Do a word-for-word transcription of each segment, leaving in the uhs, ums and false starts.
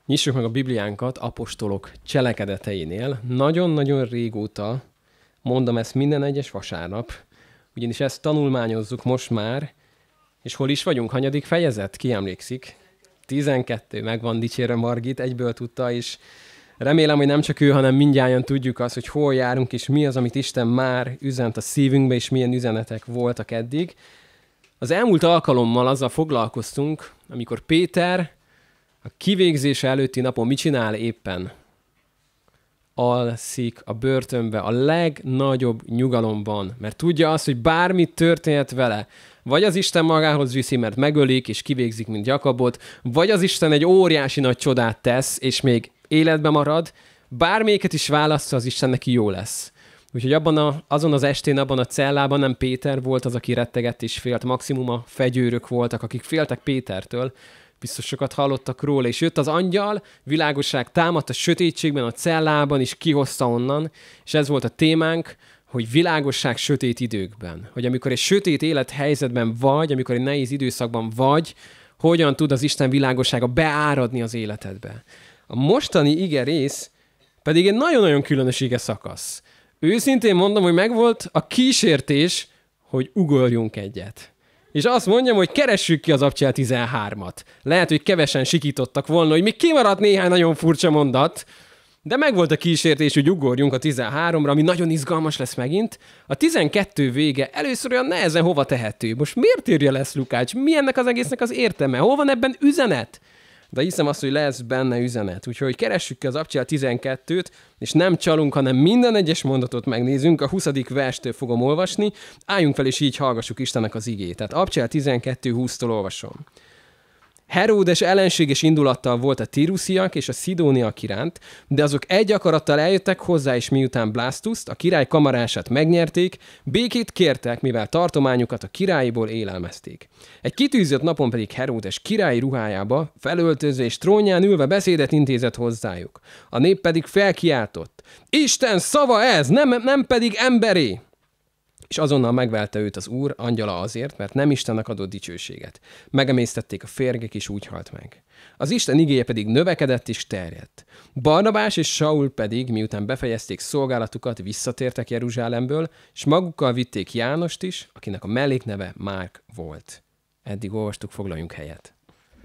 Nyissuk meg a Bibliánkat apostolok cselekedeteinél. Nagyon-nagyon régóta mondom ezt minden egyes vasárnap, ugyanis ezt tanulmányozzuk most már, és hol is vagyunk? Hanyadik fejezet? Ki emlékszik? tizenkettő, megvan, dicsérve Margit, egyből tudta, és remélem, hogy nem csak ő, hanem mindnyájan tudjuk azt, hogy hol járunk, és mi az, amit Isten már üzent a szívünkbe, és milyen üzenetek voltak eddig. Az elmúlt alkalommal azzal foglalkoztunk, amikor Péter a kivégzése előtti napon mit csinál éppen? Alszik a börtönbe a legnagyobb nyugalomban, mert tudja azt, hogy bármit történhet vele, vagy az Isten magához viszi, mert megölik és kivégzik, mint Jakabot, vagy az Isten egy óriási nagy csodát tesz, és még életbe marad, bármelyiket is válassza, az Isten neki jó lesz. Úgyhogy abban a, azon az estén, abban a cellában nem Péter volt az, aki rettegett és félt, maximum a fegyőrök voltak, akik féltek Pétertől, biztos sokat hallottak róla, és jött az angyal, világosság támadt a sötétségben, a cellában, és kihozta onnan, és ez volt a témánk, hogy világosság sötét időkben. Hogy amikor egy sötét élethelyzetben vagy, amikor egy nehéz időszakban vagy, hogyan tud az Isten világossága beáradni az életedbe. A mostani ige rész pedig egy nagyon-nagyon különös ige szakasz. Őszintén mondom, hogy megvolt a kísértés, hogy ugorjunk egyet. És azt mondjam, hogy keressük ki az Abcsel tizenhármat. Lehet, hogy kevesen sikítottak volna, hogy még kimaradt néhány nagyon furcsa mondat, de megvolt a kísértés, hogy ugorjunk a tizenháromra, ami nagyon izgalmas lesz megint. A tizenkettő vége először olyan nehezen hova tehető. Most miért írja lesz Lukács? Mi ennek az egésznek az értelme? Hol van ebben üzenet? De hiszem azt, hogy lesz benne üzenet. Úgyhogy keressük ki az Abcsel tizenkettőt, és nem csalunk, hanem minden egyes mondatot megnézünk. A huszadik verstől fogom olvasni. Álljunk fel, és így hallgassuk Istennek az igét. Tehát Abcsel tizenkettő húsztól olvasom. Heródes ellenséges indulattal volt a tírusziak és a szidóniak iránt, de azok egy akarattal eljöttek hozzá, és miután Blasztuszt, a király kamarását megnyerték, békét kértek, mivel tartományukat a királyiból élelmezték. Egy kitűzött napon pedig Heródes királyi ruhájába, felöltözve és trónján ülve beszédet intézett hozzájuk. A nép pedig felkiáltott: Isten szava ez, nem, nem pedig emberé! És azonnal megvelte őt az Úr angyala azért, mert nem Istennek adott dicsőséget. Megemésztették a férgek, és úgy halt meg. Az Isten igéje pedig növekedett és terjedt. Barnabás és Saul pedig, miután befejezték szolgálatukat, visszatértek Jeruzsálemből, és magukkal vitték Jánost is, akinek a mellékneve Márk volt. Eddig olvastuk, foglaljunk helyet.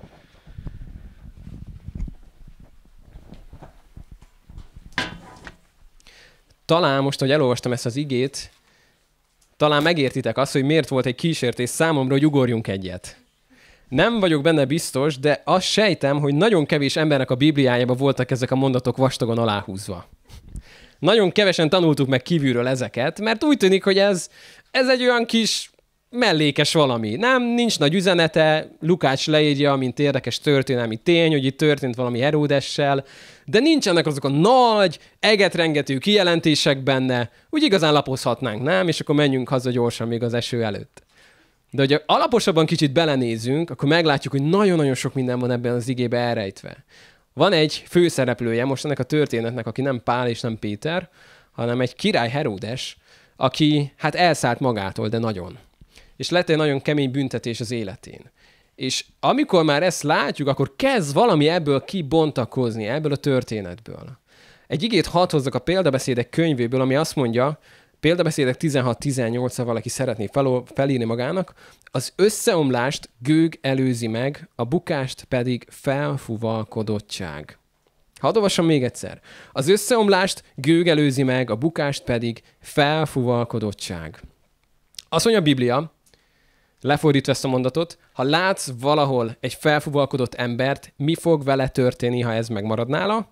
Talán most, hogy elolvastam ezt az igét, talán megértitek azt, hogy miért volt egy kísértés számomra, hogy ugorjunk egyet. Nem vagyok benne biztos, de azt sejtem, hogy nagyon kevés embernek a Bibliájában voltak ezek a mondatok vastagon aláhúzva. Nagyon kevesen tanultuk meg kívülről ezeket, mert úgy tűnik, hogy ez, ez egy olyan kis mellékes valami. Nem, nincs nagy üzenete, Lukács leírja, mint érdekes történelmi tény, hogy itt történt valami Heródessel, de nincsenek azok a nagy, egetrengető kijelentések benne, úgy igazán lapozhatnánk, nem? És akkor menjünk haza gyorsan még az eső előtt. De hogyha alaposabban kicsit belenézünk, akkor meglátjuk, hogy nagyon-nagyon sok minden van ebben az igébe elrejtve. Van egy főszereplője most ennek a történetnek, aki nem Pál és nem Péter, hanem egy király Heródes, aki hát elszállt magától, de nagyon. És lett egy nagyon kemény büntetés az életén. És amikor már ezt látjuk, akkor kezd valami ebből kibontakozni, ebből a történetből. Egy igét hadd hozzak a példabeszédek könyvéből, ami azt mondja, példabeszédek tizenhat tizennyolc, ha valaki szeretné fel, felírni magának, az összeomlást gőg előzi meg, a bukást pedig felfuvalkodottság. Hadd olvassam még egyszer. Az összeomlást gőg előzi meg, a bukást pedig felfuvalkodottság. Azt mondja a Biblia, lefordítva ezt a mondatot, ha látsz valahol egy felfuvalkodott embert, mi fog vele történni, ha ez megmarad nála?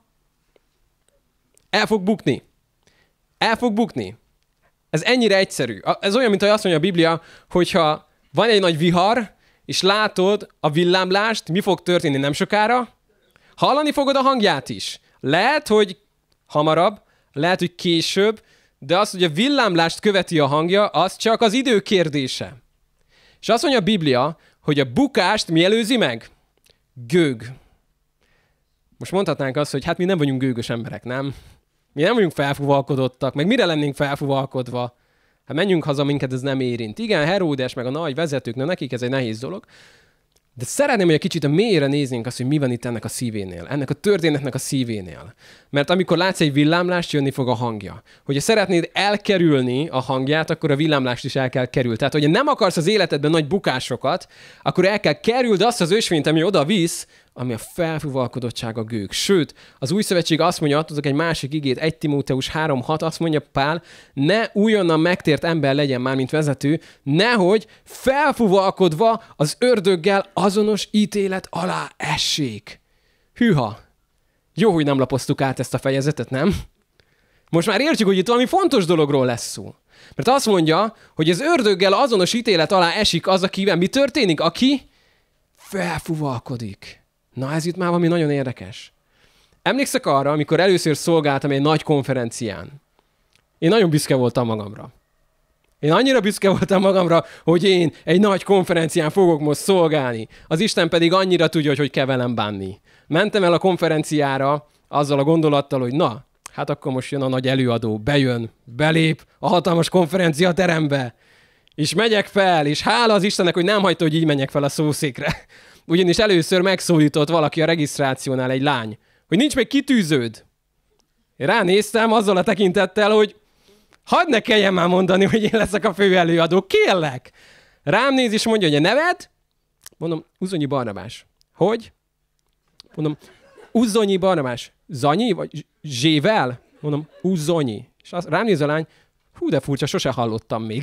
El fog bukni. El fog bukni. Ez ennyire egyszerű. Ez olyan, mint hogy azt mondja a Biblia, hogyha van egy nagy vihar, és látod a villámlást, mi fog történni nem sokára? Hallani fogod a hangját is. Lehet, hogy hamarabb, lehet, hogy később, de az, hogy a villámlást követi a hangja, az csak az idő kérdése. És azt mondja a Biblia, hogy a bukást mi előzi meg? Gőg. Most mondhatnánk azt, hogy hát mi nem vagyunk gőgös emberek, nem? Mi nem vagyunk felfuvalkodottak, meg mire lennénk felfuvalkodva? Hát menjünk haza, minket ez nem érint. Igen, Heródes, meg a nagy vezetők, nekik ez egy nehéz dolog. De szeretném, hogy egy kicsit a mélyre néznénk azt, hogy mi van itt ennek a szívénél, ennek a történetnek a szívénél. Mert amikor látsz egy villámlást, jönni fog a hangja. Hogyha szeretnéd elkerülni a hangját, akkor a villámlást is el kell kerülni. Tehát, hogyha nem akarsz az életedben nagy bukásokat, akkor el kell kerüld azt az ösvényt, ami oda visz, ami a felfúvalkodottság, a gőg. Sőt, az Új Szövetség azt mondja, tudok egy másik igét, egy Timóteus három hat, azt mondja Pál, ne újonnan megtért ember legyen már, mint vezető, nehogy felfúvalkodva az ördöggel azonos ítélet alá essék. Hűha! Jó, hogy nem lapoztuk át ezt a fejezetet, nem? Most már értjük, hogy itt valami fontos dologról lesz szó. Mert azt mondja, hogy az ördöggel azonos ítélet alá esik az, akivel mi történik? Aki felfúvalkodik. Na, ez itt már valami nagyon érdekes. Emlékszek arra, amikor először szolgáltam egy nagy konferencián. Én nagyon büszke voltam magamra. Én annyira büszke voltam magamra, hogy én egy nagy konferencián fogok most szolgálni. Az Isten pedig annyira tudja, hogy hogy kell velem bánni. Mentem el a konferenciára azzal a gondolattal, hogy na, hát akkor most jön a nagy előadó, bejön, belép a hatalmas konferencia terembe, és megyek fel, és hála az Istennek, hogy nem hagyta, hogy így menjek fel a szószékre. Ugyanis először megszólított valaki a regisztrációnál, egy lány, hogy nincs még kitűződ. Én ránéztem azzal a tekintettel, hogy hadd ne kelljen már mondani, hogy én leszek a fő előadó, kérlek. Rám néz és mondja, hogy a neved? Mondom, Uzonyi Barnabás. Hogy? Mondom, Uzonyi Barnabás. Zanyi? Vagy Zsével? Mondom, Uzonyi. És az, rám néz a lány, hú, de furcsa, sose hallottam még.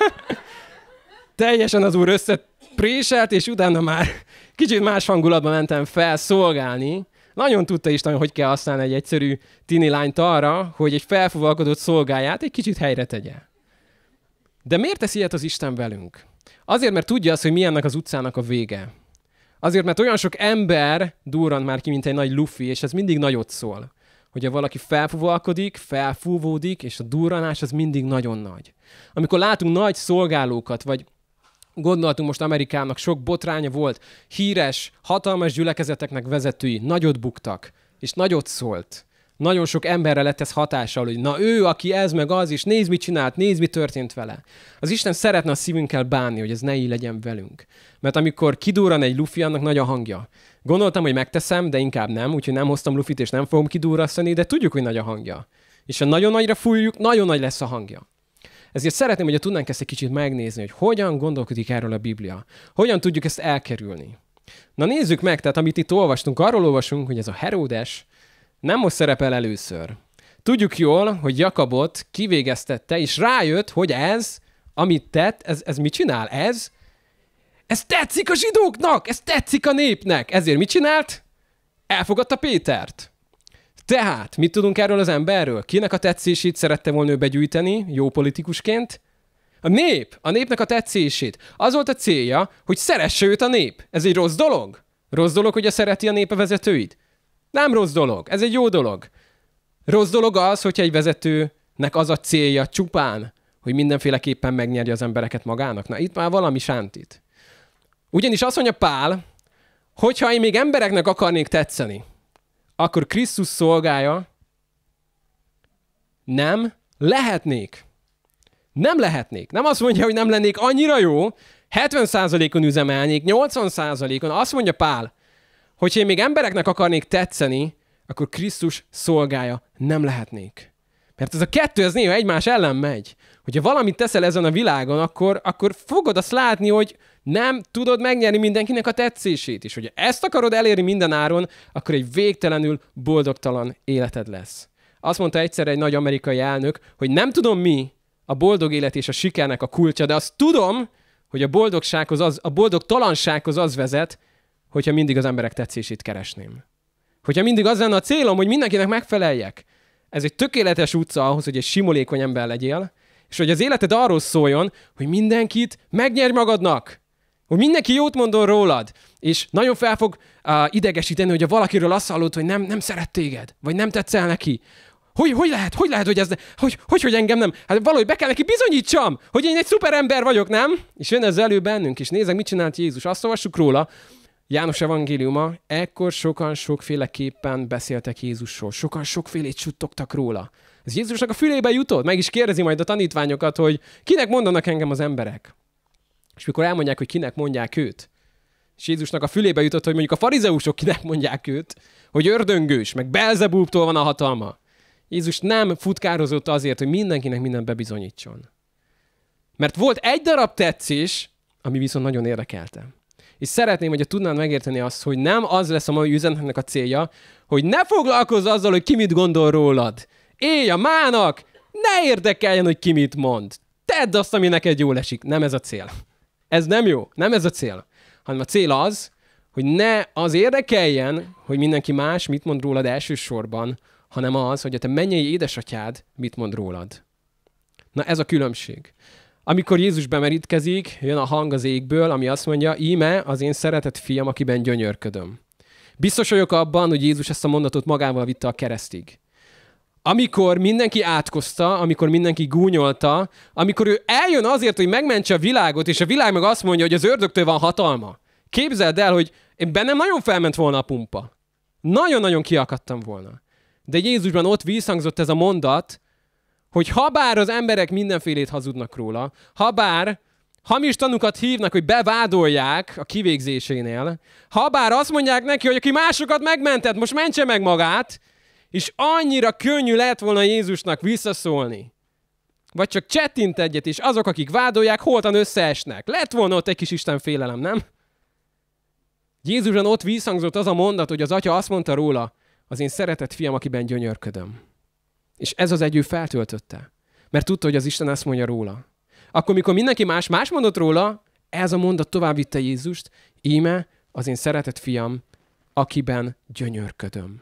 Teljesen az úr összepréselt, és utána már kicsit más hangulatban mentem fel szolgálni. Nagyon tudta Isten, hogy kell használni egy egyszerű tini lányt arra, hogy egy felfúvalkodott szolgáját egy kicsit helyre tegye. De miért tesz ilyet az Isten velünk? Azért, mert tudja azt, hogy mi ennek az utcának a vége. Azért, mert olyan sok ember durrant már ki, mint egy nagy lufi, és ez mindig nagyot szól. Hogyha valaki felfúvalkodik, felfúvódik, és a durranás az mindig nagyon nagy. Amikor látunk nagy szolgálókat, vagy gondoltunk most Amerikának, sok botránya volt, híres, hatalmas gyülekezeteknek vezetői, nagyot buktak, és nagyot szólt. Nagyon sok emberre lett ez hatással, hogy na ő, aki ez meg az, és nézd, mit csinált, nézd, mi történt vele. Az Isten szeretne a szívünkkel bánni, hogy ez ne így legyen velünk. Mert amikor kidurran egy lufi, annak nagy a hangja. Gondoltam, hogy megteszem, de inkább nem, úgyhogy nem hoztam lufit, és nem fogom kidurrasztani, de tudjuk, hogy nagy a hangja. És ha nagyon nagyra fújjuk, nagyon nagy lesz a hangja. Ezért szeretném, hogy tudnánk ezt egy kicsit megnézni, hogy hogyan gondolkodik erről a Biblia. Hogyan tudjuk ezt elkerülni. Na nézzük meg, tehát amit itt olvastunk, arról olvasunk, hogy ez a Heródes nem most szerepel először. Tudjuk jól, hogy Jakabot kivégeztette, és rájött, hogy ez, amit tett, ez, ez mit csinál? Ez, ez tetszik a zsidóknak, ez tetszik a népnek. Ezért mit csinált? Elfogadta Pétert. Tehát, mit tudunk erről az emberről? Kinek a tetszését szerette volna ő begyűjteni, jó politikusként? A nép, a népnek a tetszését. Az volt a célja, hogy szeresse őt a nép. Ez egy rossz dolog? Rossz dolog, hogy szereti a nép a vezetőit? Nem rossz dolog, ez egy jó dolog. Rossz dolog az, hogyha egy vezetőnek az a célja csupán, hogy mindenféleképpen megnyerje az embereket magának. Na, itt már valami sántít. Ugyanis azt mondja Pál, hogyha én még embereknek akarnék tetszeni, akkor Krisztus szolgája nem lehetnék. Nem lehetnék. Nem azt mondja, hogy nem lennék annyira jó, hetven százalékon üzemelnék, nyolcvan százalékon. Azt mondja Pál, hogyha én még embereknek akarnék tetszeni, akkor Krisztus szolgája nem lehetnék. Mert ez a kettő, ez néha egymás ellen megy. Hogyha valamit teszel ezen a világon, akkor, akkor fogod azt látni, hogy nem tudod megnyerni mindenkinek a tetszését is. Hogyha ezt akarod elérni minden áron, akkor egy végtelenül boldogtalan életed lesz. Azt mondta egyszer egy nagy amerikai elnök, hogy nem tudom mi a boldog élet és a sikernek a kulcsa, de azt tudom, hogy a boldogsághoz az, a boldogtalansághoz az vezet, hogyha mindig az emberek tetszését keresném. Hogyha mindig az lenne a célom, hogy mindenkinek megfeleljek. Ez egy tökéletes utca ahhoz, hogy egy simolékony ember legyél, és hogy az életed arról szóljon, hogy mindenkit megnyerj magadnak, hogy mindenki jót mondon rólad, és nagyon fel fog uh, idegesíteni, hogyha valakiről azt hallod, hogy nem, nem szeret téged, vagy nem tetszel neki. Hogy, hogy lehet, hogy lehet, hogy ez, hogy, hogy, hogy engem nem, hát valahogy be kell neki bizonyítsam, hogy én egy szuperember vagyok, nem? És jön ez elő bennünk, és nézzek, mit csinált Jézus. Azt olvassuk róla, János evangéliuma, ekkor sokan sokféleképpen beszéltek Jézusról, sokan sokfélét suttogtak róla. Ez Jézusnak a fülébe jutott, meg is kérdezi majd a tanítványokat, hogy kinek mondanak engem az emberek. És mikor elmondják, hogy kinek mondják őt, És Jézusnak a fülébe jutott, hogy mondjuk a farizeusok kinek mondják őt, hogy ördöngős, meg Belzebúbtól van a hatalma. Jézus nem futkározott azért, hogy mindenkinek mindent bebizonyítson. Mert volt egy darab tetszés, ami viszont nagyon érdekelte. És szeretném, hogy tudnád megérteni azt, hogy nem az lesz a mai üzenetnek a célja, hogy ne foglalkozz azzal, hogy ki mit gondol rólad. Élj a mának, ne érdekeljen, hogy ki mit mond. Tedd azt, ami neked jól esik. Nem ez a cél. Ez nem jó. Nem ez a cél. Hanem a cél az, hogy ne az érdekeljen, hogy mindenki más mit mond rólad elsősorban, hanem az, hogy a te mennyei édesatyád mit mond rólad. Na ez a különbség. Amikor Jézus bemerítkezik, jön a hang az égből, ami azt mondja, íme az én szeretett fiam, akiben gyönyörködöm. Biztos vagyok abban, hogy Jézus ezt a mondatot magával vitte a keresztig. Amikor mindenki átkozta, amikor mindenki gúnyolta, amikor ő eljön azért, hogy megmentse a világot, és a világ meg azt mondja, hogy az ördögtől van hatalma. Képzeld el, hogy én bennem nagyon felment volna a pumpa. Nagyon-nagyon kiakadtam volna. De Jézusban ott visszhangzott ez a mondat, hogy habár az emberek mindenfélét hazudnak róla, habár hamis tanukat hívnak, hogy bevádolják a kivégzésénél, habár azt mondják neki, hogy aki másokat megmentett, most mentse meg magát, és annyira könnyű lett volna Jézusnak visszaszólni. Vagy csak csettint egyet, és azok, akik vádolják, holtan összeesnek. Lett volna ott egy kis Isten félelem, nem? Jézusban ott visszhangzott az a mondat, hogy az atya azt mondta róla, az én szeretett fiam, akiben gyönyörködöm. És ez az egy ő feltöltötte. Mert tudta, hogy az Isten ezt mondja róla. Akkor, mikor mindenki más más mondott róla, ez a mondat tovább vitte Jézust, íme az én szeretett fiam, akiben gyönyörködöm.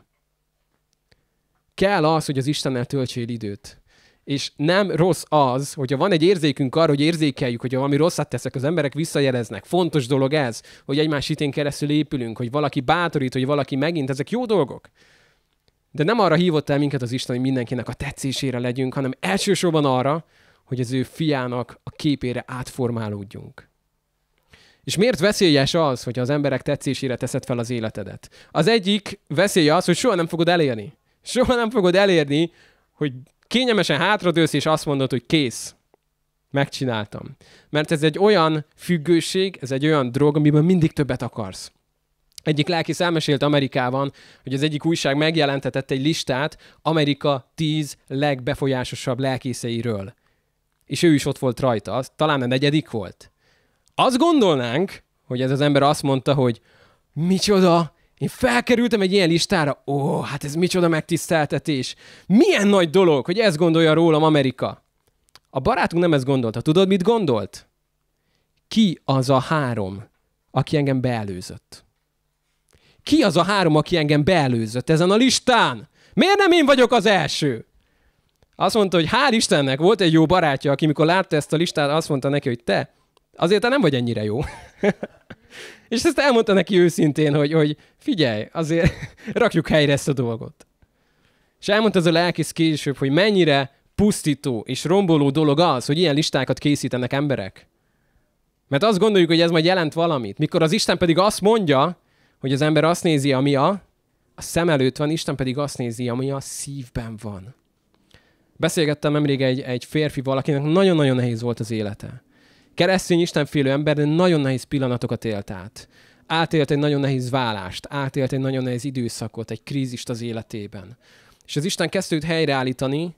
Kell az, hogy az Istennel töltsél időt. És nem rossz az, hogyha van egy érzékünk arra, hogy érzékeljük, hogy valami rosszat teszek, az emberek visszajeleznek. Fontos dolog ez, hogy egymás hitén keresztül épülünk, hogy valaki bátorít, hogy valaki megint, ezek jó dolgok. De nem arra hívott el minket az Isten, hogy mindenkinek a tetszésére legyünk, hanem elsősorban arra, hogy az ő fiának a képére átformálódjunk. És miért veszélyes az, hogy az emberek tetszésére teszed fel az életedet? Az egyik veszélye az, hogy soha nem fogod elérni. Soha nem fogod elérni, hogy kényelmesen hátradőlsz, és azt mondod, hogy kész. Megcsináltam. Mert ez egy olyan függőség, ez egy olyan drog, amiben mindig többet akarsz. Egyik lelkész elmesélt Amerikában, hogy az egyik újság megjelentetett egy listát Amerika tíz legbefolyásosabb lelkészeiről. És ő is ott volt rajta, az talán a negyedik volt. Azt gondolnánk, hogy ez az ember azt mondta, hogy micsoda, én felkerültem egy ilyen listára, ó, hát ez micsoda megtiszteltetés. Milyen nagy dolog, hogy ezt gondolja rólam Amerika. A barátunk nem ezt gondolta. Tudod, mit gondolt? Ki az a három, aki engem beelőzött? Ki az a három, aki engem beelőzött ezen a listán? Miért nem én vagyok az első? Azt mondta, hogy hál' Istennek volt egy jó barátja, aki mikor látta ezt a listát, azt mondta neki, hogy te, azért te nem vagy ennyire jó. És ezt elmondta neki őszintén, hogy, hogy figyelj, azért rakjuk helyre ezt a dolgot. És elmondta ez a lelkész később, hogy mennyire pusztító és romboló dolog az, hogy ilyen listákat készítenek emberek. Mert azt gondoljuk, hogy ez majd jelent valamit. Mikor az Isten pedig azt mondja, hogy az ember azt nézi, ami a, a szem előtt van, Isten pedig azt nézi, ami a szívben van. Beszélgettem nemrég egy, egy férfival, akinek nagyon-nagyon nehéz volt az élete. Keresztény istenfélő ember, de nagyon nehéz pillanatokat élt át. Átélt egy nagyon nehéz válást, átélt egy nagyon nehéz időszakot, egy krízist az életében. És az Isten kezdte őt helyreállítani,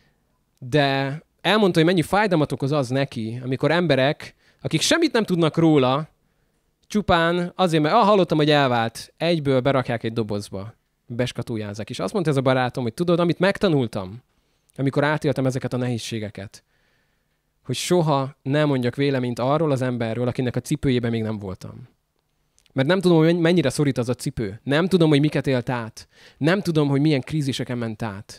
de elmondta, hogy mennyi fájdalmat okoz az neki, amikor emberek, akik semmit nem tudnak róla, csupán azért, mert ah, hallottam, hogy elvált, egyből berakják egy dobozba, beskatuljázzák. És azt mondta ez a barátom, hogy tudod, amit megtanultam, amikor átéltem ezeket a nehézségeket, hogy soha nem mondjak véleményt arról az emberről, akinek a cipőjében még nem voltam. Mert nem tudom, hogy mennyire szorít az a cipő. Nem tudom, hogy miket élt át. Nem tudom, hogy milyen kríziseken ment át.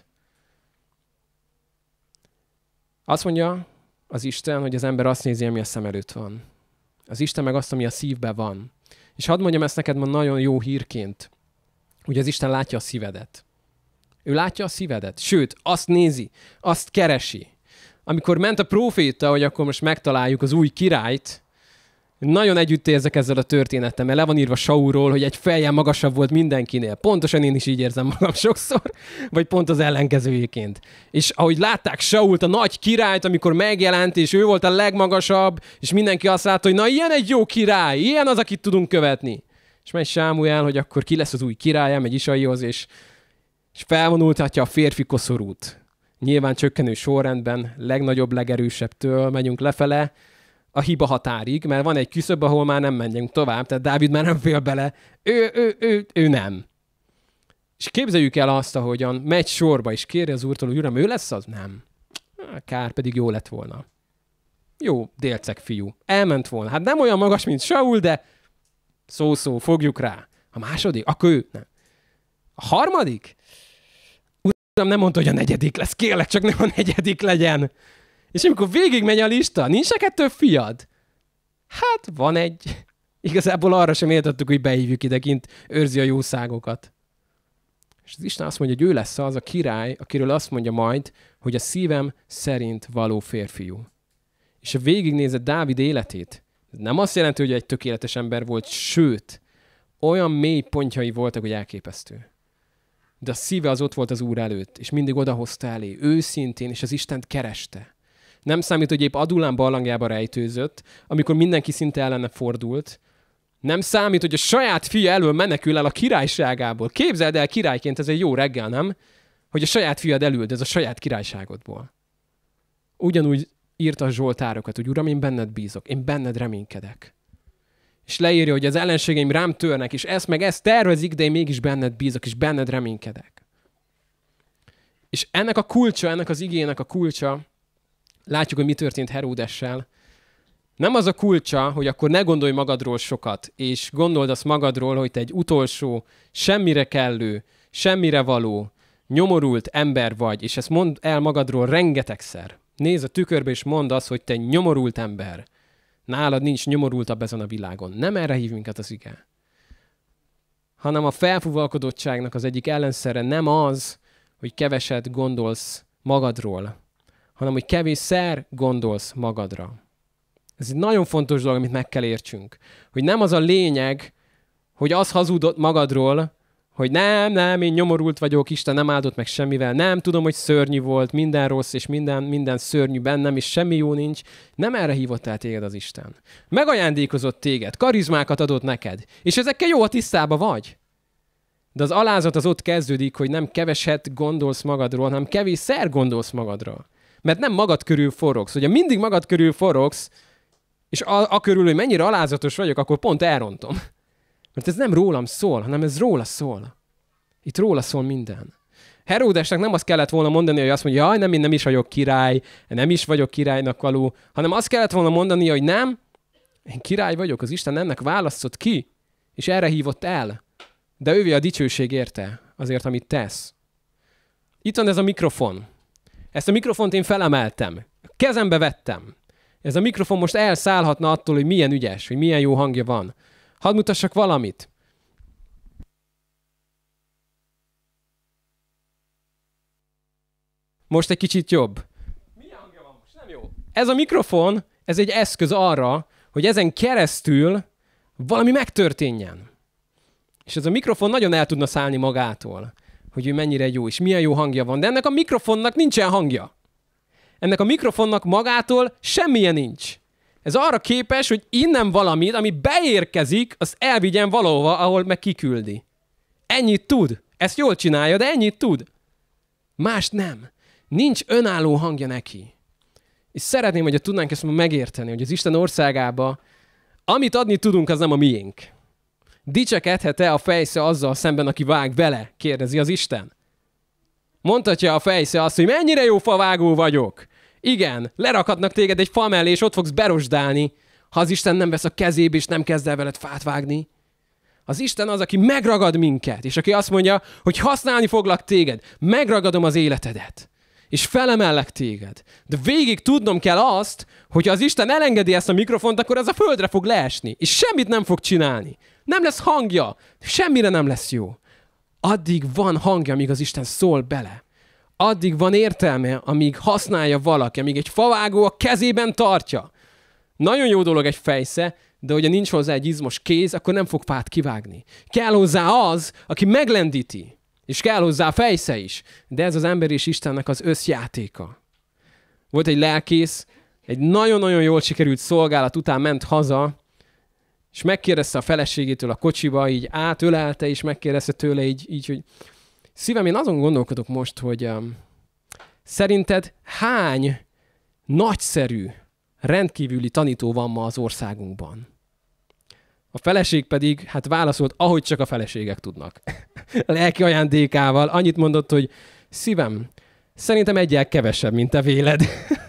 Azt mondja az Isten, hogy az ember azt nézi, ami a szem előtt van. Az Isten meg azt, ami a szívben van. És hadd mondjam ezt neked ma nagyon jó hírként, hogy az Isten látja a szívedet. Ő látja a szívedet. Sőt, azt nézi, azt keresi. Amikor ment a próféta, hogy akkor most megtaláljuk az új királyt, Nagyon együtt érzek ezzel a történettel, mert le van írva Saulról, hogy egy fejjel magasabb volt mindenkinél. Pontosan én is így érzem magam sokszor, vagy pont az ellenkezőjéként. És ahogy látták Sault, a nagy királyt, amikor megjelent, és ő volt a legmagasabb, és mindenki azt látta, hogy na ilyen egy jó király, ilyen az, akit tudunk követni. És megy Sámuel, hogy akkor ki lesz az új király, megy Isaihoz, és, és felvonultatja a férfi koszorút. Nyilván csökkenő sorrendben, legnagyobb, legerősebbtől megyünk lefele, a hiba határig, mert van egy küszöb, ahol már nem menjünk tovább, tehát Dávid már nem fél bele, ő, ő, ő, ő nem. És képzeljük el azt, ahogyan megy sorba, és kéri az úrtól, hogy uram, ő lesz az? Nem. Kár, pedig jó lett volna. Jó, délceg fiú. Elment volna. Hát nem olyan magas, mint Saul, de szó-szó, fogjuk rá. A második? Akkor ő? Nem. A harmadik? Uram nem mondta, hogy a negyedik lesz. Kérlek, csak nem a negyedik legyen. És amikor végigmegy a lista, nincs neked több fiad? Hát van egy. Igazából arra sem értettük, hogy behívjuk ide kint, őrzi a jószágokat. És az Isten azt mondja, hogy ő lesz az a király, akiről azt mondja majd, hogy a szívem szerint való férfiú. És ha végignézed Dávid életét, nem azt jelenti, hogy egy tökéletes ember volt, sőt, olyan mély pontjai voltak, hogy elképesztő. De a szíve az ott volt az Úr előtt, és mindig odahozta elé, őszintén, és az Istent kereste. Nem számít, hogy épp Adulám barlangjába rejtőzött, amikor mindenki szinte ellene fordult. Nem számít, hogy a saját fia elől menekül el a királyságából. Képzeld el királyként, ez egy jó reggel, nem? Hogy a saját fiad elüldöz a saját királyságodból. Ugyanúgy írta a Zsoltárokat, hogy Uram, én benned bízok, én benned reménykedek. És leírja, hogy az ellenségeim rám törnek, és ezt meg ezt tervezik, de én mégis benned bízok, és benned reménykedek. És ennek a kulcsa, ennek az igének a kulcsa, látjuk, hogy mi történt Heródessel. Nem az a kulcsa, hogy akkor ne gondolj magadról sokat, és gondold azt magadról, hogy te egy utolsó, semmire kellő, semmire való, nyomorult ember vagy, és ezt mondd el magadról rengetegszer. Nézz a tükörbe, és mondd azt, hogy te nyomorult ember. Nálad nincs nyomorultabb ezen a világon. Nem erre hív minket az ige. Hanem a felfúvalkodottságnak az egyik ellenszere nem az, hogy keveset gondolsz magadról, hanem hogy kevésszer gondolsz magadra. Ez egy nagyon fontos dolog, amit meg kell értsünk. Hogy nem az a lényeg, hogy az hazudott magadról, hogy nem, nem, én nyomorult vagyok, Isten nem áldott meg semmivel, nem, tudom, hogy szörnyű volt, minden rossz, és minden, minden szörnyű bennem, és semmi jó nincs. Nem erre hívott el téged az Isten. Megajándékozott téged, karizmákat adott neked, és ezekkel jó, a tisztába vagy. De az alázat az ott kezdődik, hogy nem keveset gondolsz magadról, hanem kevésszer gondolsz magadról. Mert nem magad körül forogsz. Ugye mindig magad körül forogsz, és a, a körül, hogy mennyire alázatos vagyok, akkor pont elrontom. Mert ez nem rólam szól, hanem ez róla szól. Itt róla szól minden. Heródesnek nem azt kellett volna mondani, hogy azt mondja, jaj, nem, én nem is vagyok király, nem is vagyok királynak való, hanem azt kellett volna mondani, hogy nem, én király vagyok, az Isten ennek választott ki, és erre hívott el. De ővé a dicsőség érte, azért, amit tesz. Itt van ez a mikrofon. Ezt a mikrofont én felemeltem. Kezembe vettem. Ez a mikrofon most elszállhatna attól, hogy milyen ügyes, hogy milyen jó hangja van. Hadd mutassak valamit. Most egy kicsit jobb. Milyen hangja van most? Nem jó. Ez a mikrofon, ez egy eszköz arra, hogy ezen keresztül valami megtörténjen. És ez a mikrofon nagyon el tudna szállni magától, hogy ő mennyire jó, és milyen jó hangja van. De ennek a mikrofonnak nincsen hangja. Ennek a mikrofonnak magától semmilyen nincs. Ez arra képes, hogy innen valamit, ami beérkezik, az elvigyen valahova, ahol meg kiküldi. Ennyit tud. Ezt jól csinálja, de ennyit tud. Más nem. Nincs önálló hangja neki. És szeretném, hogy tudnánk ezt megérteni, hogy az Isten országába, amit adni tudunk, az nem a miénk. Dicsekedhet-e a fejsze azzal szemben, aki vág vele? Kérdezi az Isten. Mondhatja a fejsze azt, hogy mennyire jó favágó vagyok. Igen, lerakhatnak téged egy fa mellé, és ott fogsz berosdálni, ha az Isten nem vesz a kezébe, és nem kezd el veled fát vágni. Az Isten az, aki megragad minket, és aki azt mondja, hogy használni foglak téged, megragadom az életedet, és felemellek téged. De végig tudnom kell azt, hogy ha az Isten elengedi ezt a mikrofont, akkor ez a földre fog leesni, és semmit nem fog csinálni. Nem lesz hangja, semmire nem lesz jó. Addig van hangja, amíg az Isten szól bele. Addig van értelme, amíg használja valaki, amíg egy favágó a kezében tartja. Nagyon jó dolog egy fejsze, de hogyha nincs hozzá egy izmos kéz, akkor nem fog fát kivágni. Kell hozzá az, aki meglendíti, és kell hozzá a fejsze is. De ez az ember és Istennek az összjátéka. Volt egy lelkész, egy nagyon-nagyon jól sikerült szolgálat után ment haza, és megkérdezte a feleségétől a kocsiba, így átölelte, és megkérdezte tőle így, így hogy szívem, én azon gondolkodok most, hogy um, szerinted hány nagyszerű, rendkívüli tanító van ma az országunkban? A feleség pedig, hát válaszolt, ahogy csak a feleségek tudnak. Lelki ajándékával annyit mondott, hogy szívem, szerintem egyel kevesebb, mint te véled.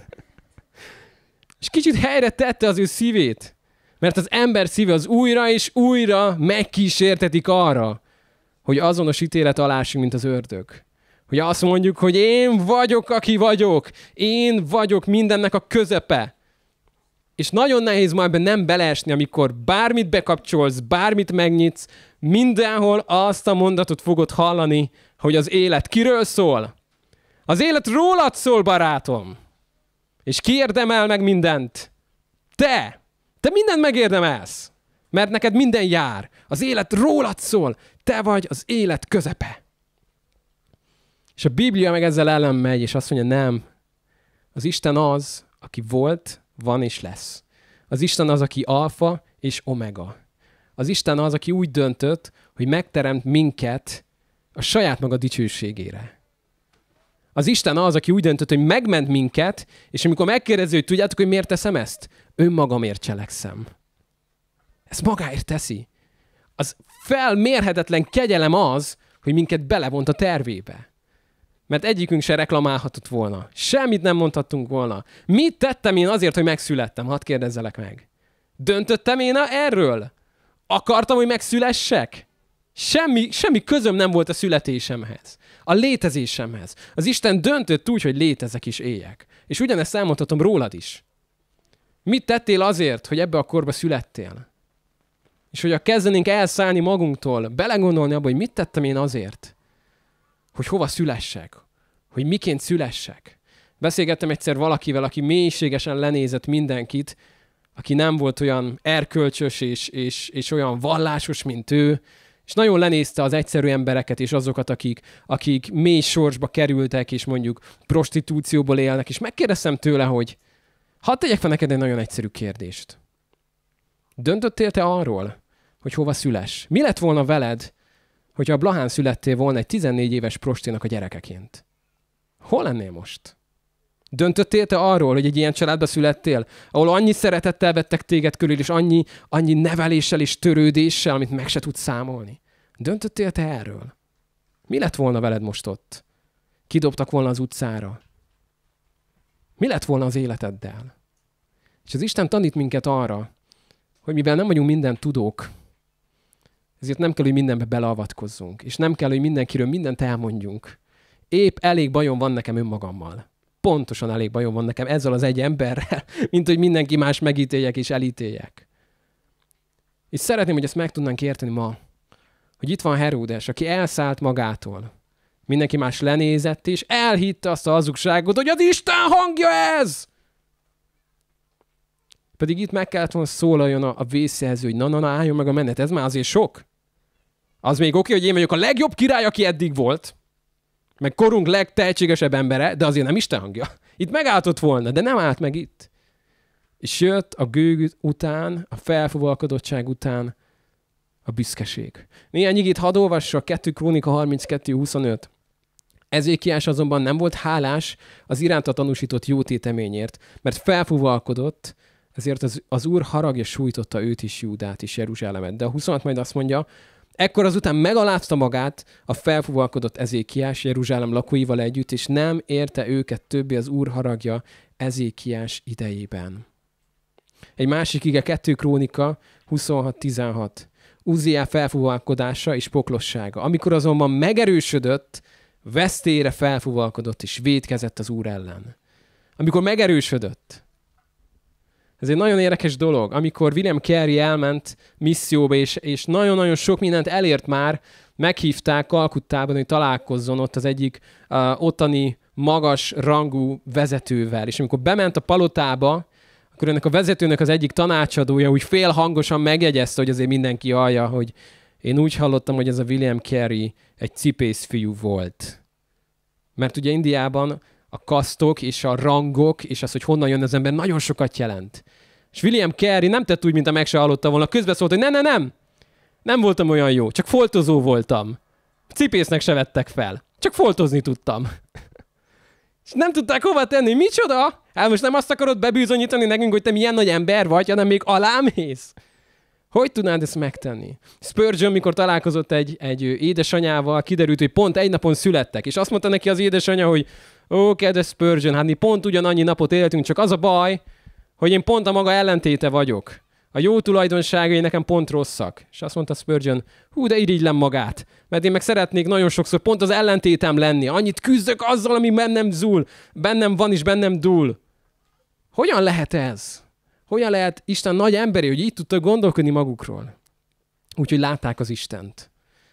És kicsit helyre tette az ő szívét, mert az ember szíve az újra és újra megkísértetik arra, hogy azonos ítélet alá esünk, mint az ördög. Hogy azt mondjuk, hogy én vagyok, aki vagyok, én vagyok mindennek a közepe. És nagyon nehéz ma ebben nem beleesni, amikor bármit bekapcsolsz, bármit megnyitsz, mindenhol azt a mondatot fogod hallani, hogy az élet kiről szól? Az élet rólad szól, barátom. És ki érdemel meg mindent? Te! Te mindent megérdemelsz, mert neked minden jár. Az élet rólad szól, te vagy az élet közepe. És a Biblia meg ezzel ellen megy, és azt mondja, nem. Az Isten az, aki volt, van és lesz. Az Isten az, aki alfa és omega. Az Isten az, aki úgy döntött, hogy megteremt minket a saját maga dicsőségére. Az Isten az, aki úgy döntött, hogy megment minket, és amikor megkérdezi, hogy tudjátok, hogy miért teszem ezt? Önmagamért cselekszem. Ezt magáért teszi. Az felmérhetetlen kegyelem az, hogy minket belevont a tervébe. Mert egyikünk se reklamálhatott volna. Semmit nem mondhattunk volna. Mit tettem én azért, hogy megszülettem? Hadd kérdezzelek meg. Döntöttem én erről? Akartam, hogy megszülessek? Semmi, semmi közöm nem volt a születésemhez. A létezésemhez. Az Isten döntött úgy, hogy létezek és éljek. És ugyanezt elmondhatom rólad is. Mit tettél azért, hogy ebbe a korba születtél? És hogy kezdenénk elszállni magunktól, belegondolni abba, hogy mit tettem én azért, hogy hova szülessek, hogy miként szülessek. Beszélgettem egyszer valakivel, aki mélységesen lenézett mindenkit, aki nem volt olyan erkölcsös és, és, és olyan vallásos, mint ő, és nagyon lenézte az egyszerű embereket és azokat, akik, akik mély sorsba kerültek, és mondjuk prostitúcióból élnek, és megkérdeztem tőle, hogy hadd tegyek fel neked egy nagyon egyszerű kérdést. Döntöttél te arról, hogy hova szüless? Mi lett volna veled, hogyha a Blahán születtél volna egy tizennégy éves prostinak a gyerekeként? Hol lennél most? Döntöttél te arról, hogy egy ilyen családba születtél, ahol annyi szeretettel vettek téged körül, és annyi, annyi neveléssel és törődéssel, amit meg se tudsz számolni? Döntöttél te erről? Mi lett volna veled most ott? Kidobtak volna az utcára? Mi lett volna az életeddel? És az Isten tanít minket arra, hogy mivel nem vagyunk minden tudók, ezért nem kell, hogy mindenbe beleavatkozzunk, és nem kell, hogy mindenkiről mindent elmondjunk. Épp elég bajom van nekem önmagammal. Pontosan elég bajom van nekem ezzel az egy emberrel, mint hogy mindenki más megítéljek és elítéljek. És szeretném, hogy ezt meg tudnánk érteni ma, hogy itt van Heródes, aki elszállt magától. Mindenki más lenézett, és elhitte azt a hazugságot, hogy az Isten hangja ez! Pedig itt meg kellett volna szólaljon a, a vészjelző, hogy na-na-na, álljon meg a menet, ez már azért sok. Az még oké, hogy én vagyok a legjobb király, aki eddig volt, meg korunk legtehetségesebb embere, de azért nem Isten hangja. Itt megálltott volna, de nem állt meg itt. És jött a gőg után, a felfúvalkodottság után a büszkeség. Néhány igét hadd olvassak, kettő Krónika harminckettő huszonöt. Ezékiás azonban nem volt hálás az iránta tanúsított jó téteményért, mert felfúvalkodott, ezért az, az Úr haragja sújtotta őt is, Júdát is, Jeruzsálemet. De a huszonhat majd azt mondja, ekkor azután megalázta magát a felfúvalkodott Ezékiás Jeruzsálem lakóival együtt, és nem érte őket többé az Úr haragja Ezékiás idejében. Egy másik ige, kettő Krónika huszonhat tizenhat. Uzziá felfúvalkodása és poklossága. Amikor azonban megerősödött, vesztére felfúvalkodott és vétkezett az Úr ellen. Amikor megerősödött. Ez egy nagyon érdekes dolog. Amikor William Carey elment misszióba, és, és nagyon-nagyon sok mindent elért már, meghívták Kalkuttában, hogy találkozzon ott az egyik uh, ottani magas rangú vezetővel. És amikor bement a palotába, akkor ennek a vezetőnek az egyik tanácsadója úgy félhangosan megjegyezte, hogy azért mindenki hallja, hogy én úgy hallottam, hogy ez a William Carey egy cipész fiú volt. Mert ugye Indiában a kasztok és a rangok, és az, hogy honnan jön az ember, nagyon sokat jelent. És William Carey nem tett úgy, mint a meg se hallotta volna. Közben szólt, hogy nem, nem, nem. Nem voltam olyan jó, csak foltozó voltam. Cipésznek se vettek fel. Csak foltozni tudtam. És nem tudták hova tenni. Micsoda? Hát most nem azt akarod bebizonyítani nekünk, hogy te milyen nagy ember vagy, hanem még alámész? Hogy tudnád ezt megtenni? Spurgeon, mikor találkozott egy, egy édesanyával, kiderült, hogy pont egy napon születtek. És azt mondta neki az édesanyja, hogy ó, kedves Spurgeon, hát mi pont ugyanannyi napot éltünk, csak az a baj, hogy én pont a maga ellentéte vagyok. A jó tulajdonságai nekem pont rosszak. És azt mondta Spurgeon, hú, de irigylem magát. Mert én meg szeretnék nagyon sokszor pont az ellentétem lenni. Annyit küzdök azzal, ami bennem zúl. Bennem van és bennem dúl. Hogyan lehet ez? Hogyan lehet Isten nagy emberi, hogy így tudtak gondolkodni magukról? Úgyhogy látták az Istent.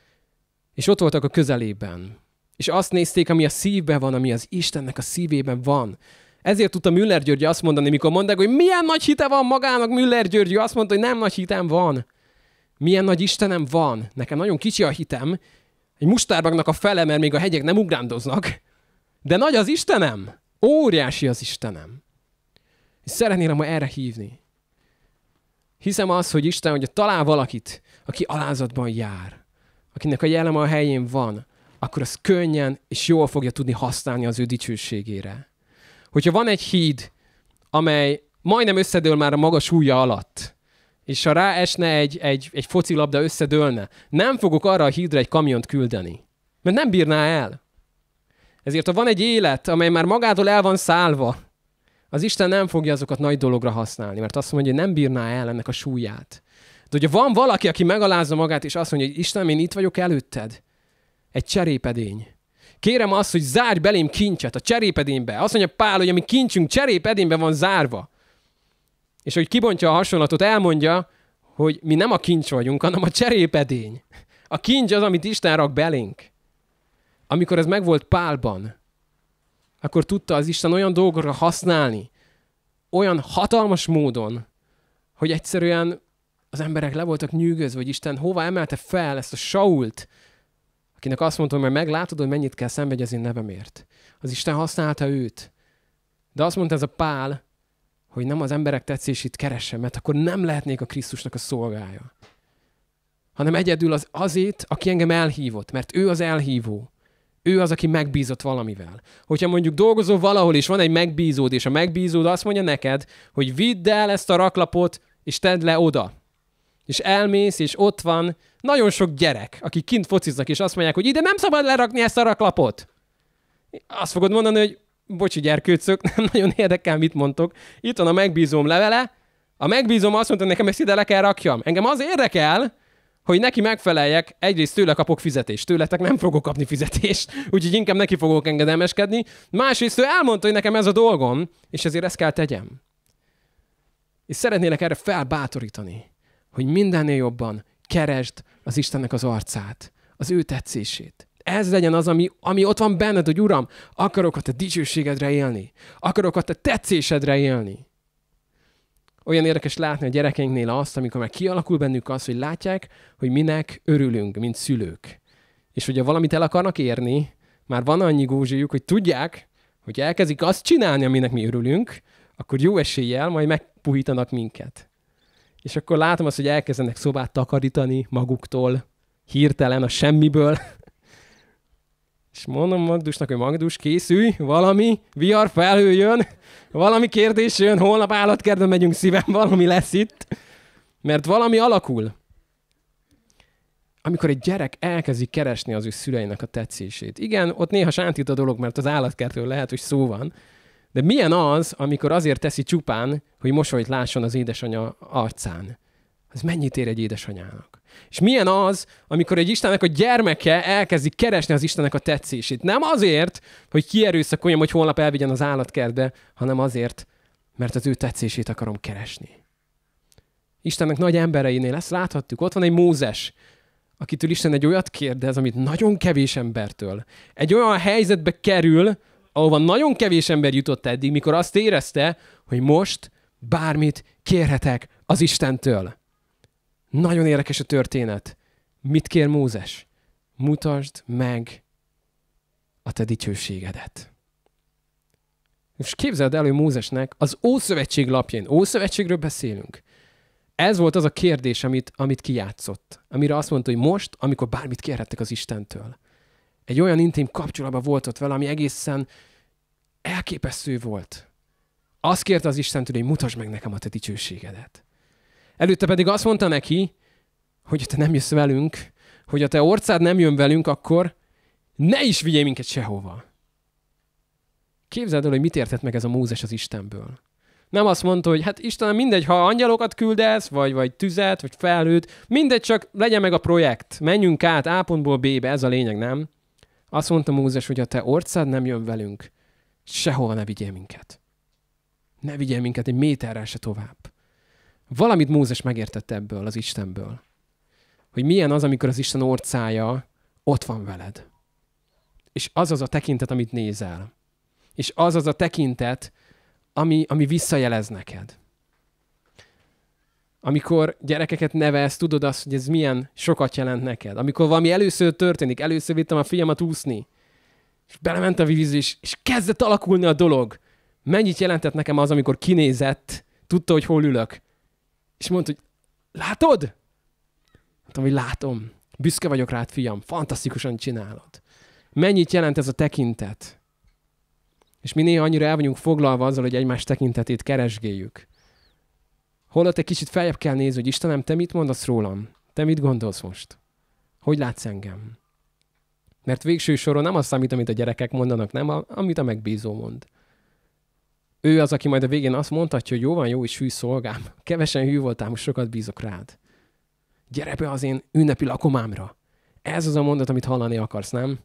És ott voltak a közelében. És azt nézték, ami a szívben van, ami az Istennek a szívében van. Ezért tudta Müller György azt mondani, mikor mondták, hogy milyen nagy hite van magának, Müller György azt mondta, hogy nem nagy hitem van. Milyen nagy Istenem van. Nekem nagyon kicsi a hitem. Egy mustárbagnak a fele, mert még a hegyek nem ugrándoznak. De nagy az Istenem. Óriási az Istenem. És szeretnélem ma erre hívni. Hiszem az, hogy Isten, hogy talál valakit, aki alázatban jár, akinek a jelleme a helyén van, akkor az könnyen és jól fogja tudni használni az ő dicsőségére. Hogyha van egy híd, amely majdnem összedől már a maga súlya alatt, és ha ráesne egy, egy, egy focilabda, összedőlne, nem fogok arra a hídra egy kamiont küldeni, mert nem bírná el. Ezért ha van egy élet, amely már magától el van szállva, az Isten nem fogja azokat nagy dologra használni, mert azt mondja, hogy nem bírná el ennek a súlyát. De hogyha van valaki, aki megalázza magát, és azt mondja, hogy Isten, én itt vagyok előtted, egy cserépedény. Kérem azt, hogy zárj belém kincset a cserépedénybe. Azt mondja Pál, hogy a mi kincsünk cserépedénybe van zárva. És hogy kibontja a hasonlatot, elmondja, hogy mi nem a kincs vagyunk, hanem a cserépedény. A kincs az, amit Isten rak belénk. Amikor ez megvolt Pálban, akkor tudta az Isten olyan dolgokra használni, olyan hatalmas módon, hogy egyszerűen az emberek le voltak nyűgözve, hogy Isten hova emelte fel ezt a Sault, akinek azt mondta, hogy majd meglátod, hogy mennyit kell szenvedni az én nevemért. Az Isten használta őt. De azt mondta ez a Pál, hogy nem az emberek tetszését keresse, mert akkor nem lehetnék a Krisztusnak a szolgája. Hanem egyedül az azért, aki engem elhívott, mert ő az elhívó. Ő az, aki megbízott valamivel. Hogyha mondjuk dolgozol valahol, és van egy megbízód, és a megbízód azt mondja neked, hogy vidd el ezt a raklapot, és tedd le oda. És elmész, és ott van nagyon sok gyerek, akik kint fociznak, és azt mondják, hogy ide nem szabad lerakni ezt a raklapot. Azt fogod mondani, hogy bocsi gyerkőcök, nem nagyon érdekel, mit mondtok. Itt van a megbízóm levele. A megbízóm azt mondta, nekem ezt ide le kell rakjam. Engem az érdekel, hogy neki megfeleljek, egyrészt tőle kapok fizetést, tőletek nem fogok kapni fizetést, úgyhogy inkább neki fogok engedelmeskedni. Másrészt ő elmondta, hogy nekem ez a dolgom, és ezért ezt kell tegyem. És szeretnélek erre felbátorítani, hogy mindennél jobban keresd az Istennek az arcát, az ő tetszését. Ez legyen az, ami, ami ott van benned, hogy Uram, akarok a te dicsőségedre élni, akarok a te tetszésedre élni. Olyan érdekes látni a gyerekeinknél azt, amikor már kialakul bennük az, hogy látják, hogy minek örülünk, mint szülők. És hogyha valamit el akarnak érni, már van annyi gózsijuk, hogy tudják, hogy elkezdik azt csinálni, aminek mi örülünk, akkor jó eséllyel majd megpuhítanak minket. És akkor látom azt, hogy elkezdenek szobát takarítani maguktól, hirtelen a semmiből. És mondom Magdusnak, hogy Magdus, készülj, valami vihar felhő jön, valami kérdés jön, holnap állatkertbe megyünk szívem, valami lesz itt. Mert valami alakul. Amikor egy gyerek elkezdi keresni az ő szüleinek a tetszését. Igen, ott néha sántít a dolog, mert az állatkertről lehet, hogy szó van. De milyen az, amikor azért teszi csupán, hogy mosolyt lásson az édesanyja arcán? Az mennyit ér egy édesanyának? És milyen az, amikor egy Istennek a gyermeke elkezdi keresni az Istennek a tetszését? Nem azért, hogy kierőszakoljam, hogy holnap elvigyen az állatkertbe, hanem azért, mert az ő tetszését akarom keresni. Istennek nagy embereinél ezt láthattuk. Ott van egy Mózes, akitől Isten egy olyat kérdez, amit nagyon kevés embertől. Egy olyan helyzetbe kerül, ahova nagyon kevés ember jutott eddig, mikor azt érezte, hogy most bármit kérhetek az Istentől. Nagyon érdekes a történet. Mit kér Mózes? Mutasd meg a te dicsőségedet. Most képzeld el, hogy Mózesnek az Ószövetség lapjain, Ószövetségről beszélünk. Ez volt az a kérdés, amit, amit kijátszott. Amire azt mondta, hogy most, amikor bármit kérhettek az Istentől. Egy olyan intim kapcsolatban volt ott vele, ami egészen elképesztő volt. Azt kérte az Istentől, hogy mutasd meg nekem a te dicsőségedet. Előtte pedig azt mondta neki, hogy ha te nem jössz velünk, hogy a te orcád nem jön velünk, akkor ne is vigyél minket sehova. Képzeld el, hogy mit értett meg ez a Mózes az Istenből. Nem azt mondta, hogy hát Istenem, mindegy, ha angyalokat küldesz, vagy, vagy tüzet, vagy felhőt, mindegy, csak legyen meg a projekt. Menjünk át A pontból B-be, ez a lényeg, nem? Azt mondta Mózes, hogy a te orcád nem jön velünk, sehova ne vigyél minket. Ne vigyél minket egy méterrel se tovább. Valamit Mózes megértett ebből, az Istenből. Hogy milyen az, amikor az Isten orcája ott van veled. És az az a tekintet, amit nézel. És az az a tekintet, ami, ami visszajelez neked. Amikor gyerekeket nevelsz, tudod azt, hogy ez milyen sokat jelent neked. Amikor valami először történik, először vittem a fiamat úszni, és belement a vízbe, és, és kezdett alakulni a dolog. Mennyit jelentett nekem az, amikor kinézett, tudta, hogy hol ülök. És mondta, hogy látod? Mondtam, hogy látom. Büszke vagyok rád, fiam. Fantasztikusan csinálod. Mennyit jelent ez a tekintet? És mi néha annyira el vagyunk foglalva azzal, hogy egymás tekintetét keresgéljük. Holott egy kicsit feljebb kell nézni, hogy Istenem, te mit mondasz rólam? Te mit gondolsz most? Hogy látsz engem? Mert végső soron nem azt számít, amit a gyerekek mondanak, nem, amit a megbízó mond. Ő az, aki majd a végén azt mondhatja, hogy jó van, jó és hű szolgám. Kevesen hű voltál, most sokat bízok rád. Gyere be az én ünnepi lakomámra. Ez az a mondat, amit hallani akarsz, nem?